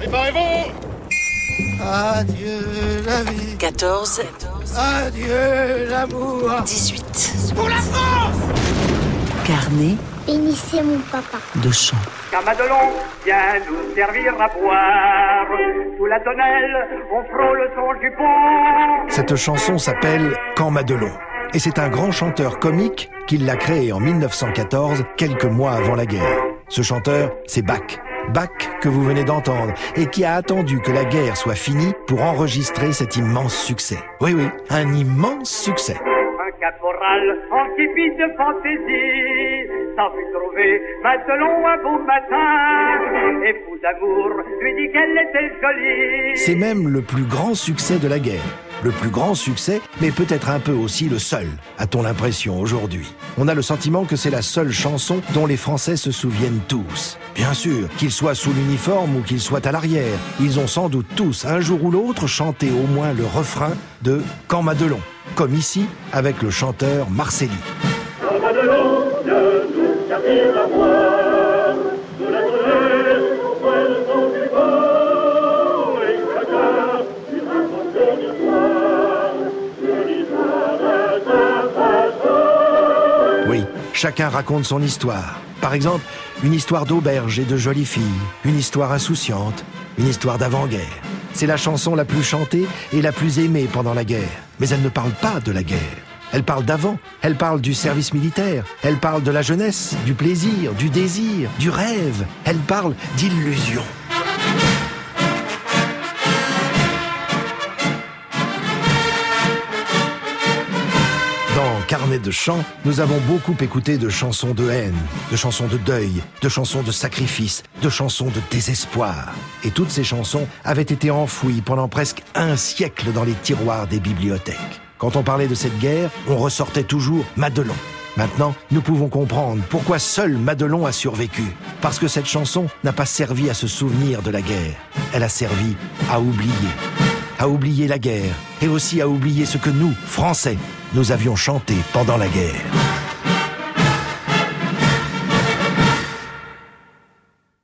Préparez-vous. Adieu la vie. 14. Adieu l'amour. 18. Pour la France. Carnet Bénissez mon papa. de chant. Qu'un Madelon vient nous servir à boire. Sous la tonnelle, on frôle son jupon. Cette chanson s'appelle « Quand Madelon ». Et c'est un grand chanteur comique qui l'a créé en 1914, quelques mois avant la guerre. Ce chanteur, c'est Bach. Bach que vous venez d'entendre et qui a attendu que la guerre soit finie pour enregistrer cet immense succès. Oui, un immense succès. Un caporal en képi de fantaisie s'en fut trouvé Madelon un beau matin. Et fou d'amour lui dit qu'elle était jolie. C'est même le plus grand succès de la guerre. Le plus grand succès, mais peut-être un peu aussi le seul, a-t-on l'impression aujourd'hui. On a le sentiment que c'est la seule chanson dont les Français se souviennent tous. Bien sûr, qu'ils soient sous l'uniforme ou qu'ils soient à l'arrière, ils ont sans doute tous, un jour ou l'autre, chanté au moins le refrain de « Quand Madelon », comme ici avec le chanteur Marcelli. Quand Madelon vient nous servir à boire, sous la tonnelle, on frôle son jupon, et chacun lui raconte son histoire, de sa façon. Oui, chacun raconte son histoire. Par exemple, une histoire d'auberge et de jolies filles, une histoire insouciante, une histoire d'avant-guerre. C'est la chanson la plus chantée et la plus aimée pendant la guerre. Mais elle ne parle pas de la guerre. Elle parle d'avant, elle parle du service militaire, elle parle de la jeunesse, du plaisir, du désir, du rêve. Elle parle d'illusion. Dans Carnet de chant, nous avons beaucoup écouté de chansons de haine, de chansons de deuil, de chansons de sacrifice, de chansons de désespoir. Et toutes ces chansons avaient été enfouies pendant presque un siècle dans les tiroirs des bibliothèques. Quand on parlait de cette guerre, on ressortait toujours Madelon. Maintenant, nous pouvons comprendre pourquoi seul Madelon a survécu. Parce que cette chanson n'a pas servi à se souvenir de la guerre. Elle a servi à oublier. À oublier la guerre. Et aussi à oublier ce que nous, Français, nous avions chanté pendant la guerre.